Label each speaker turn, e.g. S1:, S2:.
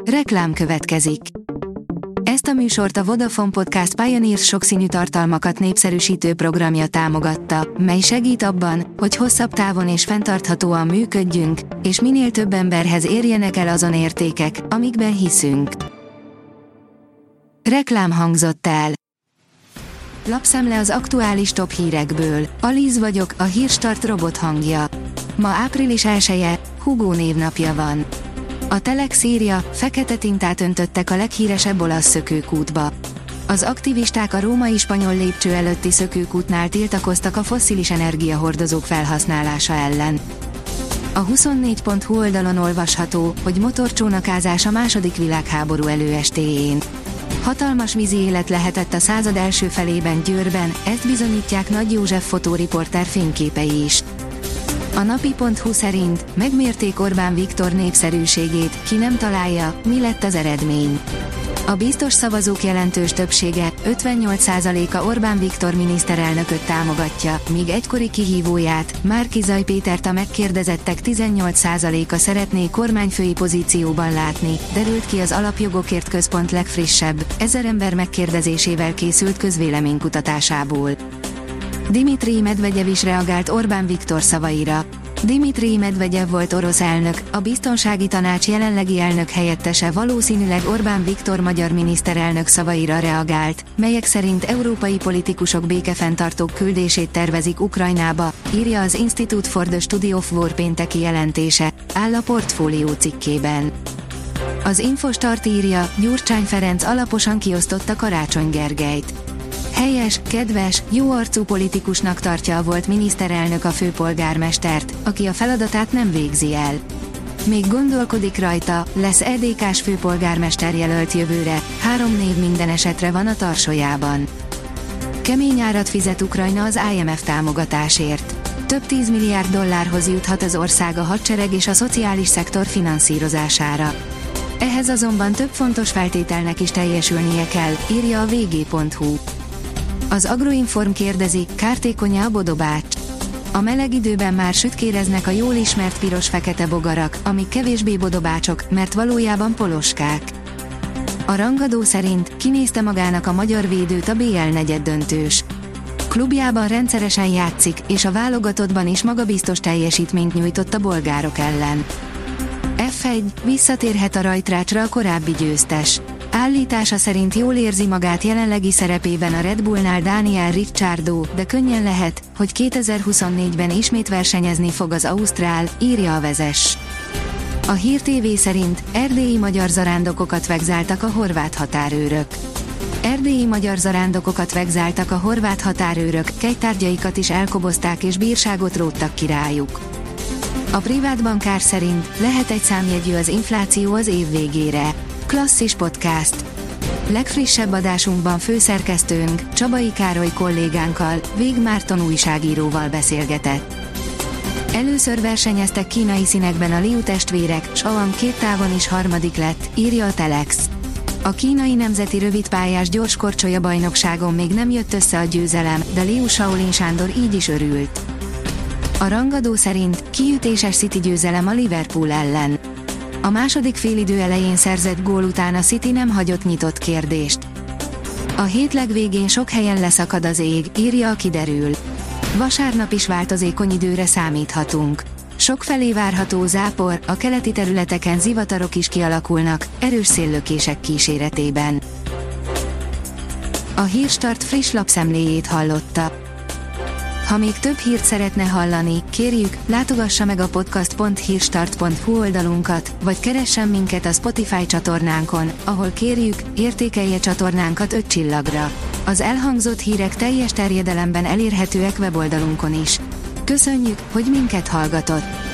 S1: Reklám következik. Ezt a műsort a Vodafone Podcast Pioneers sokszínű tartalmakat népszerűsítő programja támogatta, mely segít abban, hogy hosszabb távon és fenntarthatóan működjünk, és minél több emberhez érjenek el azon értékek, amikben hiszünk. Reklám hangzott el. Lapszemle az aktuális top hírekből. Alíz vagyok, a Hírstart robot hangja. Ma április 1-e, Hugo névnapja van. A Telex írja, fekete tintát öntöttek a leghíresebb olasz szökőkútba. Az aktivisták a római spanyol lépcső előtti szökőkútnál tiltakoztak a fosszilis energiahordozók felhasználása ellen. A 24.hu oldalon olvasható, hogy motorcsónakázás a II. Világháború előestéjén. Hatalmas vízi élet lehetett a század első felében Győrben, ezt bizonyítják Nagy József fotóriporter fényképei is. A napi.hu szerint megmérték Orbán Viktor népszerűségét, ki nem találja, mi lett az eredmény. A biztos szavazók jelentős többsége, 58%-a Orbán Viktor miniszterelnököt támogatja, míg egykori kihívóját, Márki-Zay Pétert a megkérdezettek 18%-a szeretné kormányfői pozícióban látni, derült ki az Alapjogokért Központ legfrissebb, 1000 ember megkérdezésével készült közvéleménykutatásából. Dimitrij Medvegyev is reagált Orbán Viktor szavaira. Dimitrij Medvegyev volt orosz elnök, a Biztonsági Tanács jelenlegi elnök helyettese valószínűleg Orbán Viktor magyar miniszterelnök szavaira reagált, melyek szerint európai politikusok békefenntartók küldését tervezik Ukrajnába, írja az Institute for the Study of War pénteki jelentése, áll a Portfólió cikkében. Az Infostart írja, Gyurcsány Ferenc alaposan kiosztotta Karácsony Gergelyt. Helyes, kedves, jó arcú politikusnak tartja a volt miniszterelnök a főpolgármestert, aki a feladatát nem végzi el. Még gondolkodik rajta, lesz EDK-s főpolgármester jelölt jövőre, 3 név minden esetre van a tarsolyában. Kemény árat fizet Ukrajna az IMF támogatásért. Több 10 milliárd dollárhoz juthat az ország a hadsereg és a szociális szektor finanszírozására. Ehhez azonban több fontos feltételnek is teljesülnie kell, írja a vg.hu. Az Agroinform kérdezi, kártékony a bodobács. A meleg időben már sütkéreznek a jól ismert piros-fekete bogarak, amik kevésbé bodobácsok, mert valójában poloskák. A rangadó szerint kinézte magának a magyar védőt a BL negyeddöntős. Klubjában rendszeresen játszik, és a válogatottban is magabiztos teljesítményt nyújtott a bolgárok ellen. F1, visszatérhet a rajtrácsra a korábbi győztes. Állítása szerint jól érzi magát jelenlegi szerepében a Red Bullnál Daniel Ricciardo, de könnyen lehet, hogy 2024-ben ismét versenyezni fog az ausztrál, írja a Vezess. A Hír TV szerint erdélyi magyar zarándokokat vegzáltak a horvát határőrök. Erdélyi magyar zarándokokat vegzáltak a horvát határőrök, kegytárgyaikat is elkobozták és bírságot róttak ki rájuk. A privát bankár szerint lehet egy számjegyű az infláció az év végére. Klasszis podcast. Legfrissebb adásunkban főszerkesztőnk, Csabai Károly kollégánkkal, Vég Márton újságíróval beszélgetett. Először versenyeztek kínai színekben a Liu testvérek, Shaoan 2 távon is harmadik lett, írja a Telex. A kínai nemzeti rövidpályás gyorskorcsolya bajnokságon még nem jött össze a győzelem, de Liu Shaolin Sándor így is örült. A rangadó szerint kiütéses City győzelem a Liverpool ellen. A második félidő elején szerzett gól után a City nem hagyott nyitott kérdést. A hét legvégén sok helyen leszakad az ég, írja a Kiderül. Vasárnap is változékony időre számíthatunk. Sokfelé várható zápor, a keleti területeken zivatarok is kialakulnak, erős széllökések kíséretében. A Hírstart friss lapszemléjét hallotta. Ha még több hírt szeretne hallani, kérjük, látogassa meg a podcast.hírstart.hu oldalunkat, vagy keressen minket a Spotify csatornánkon, ahol kérjük, értékelje csatornánkat 5 csillagra. Az elhangzott hírek teljes terjedelemben elérhetőek weboldalunkon is. Köszönjük, hogy minket hallgatott!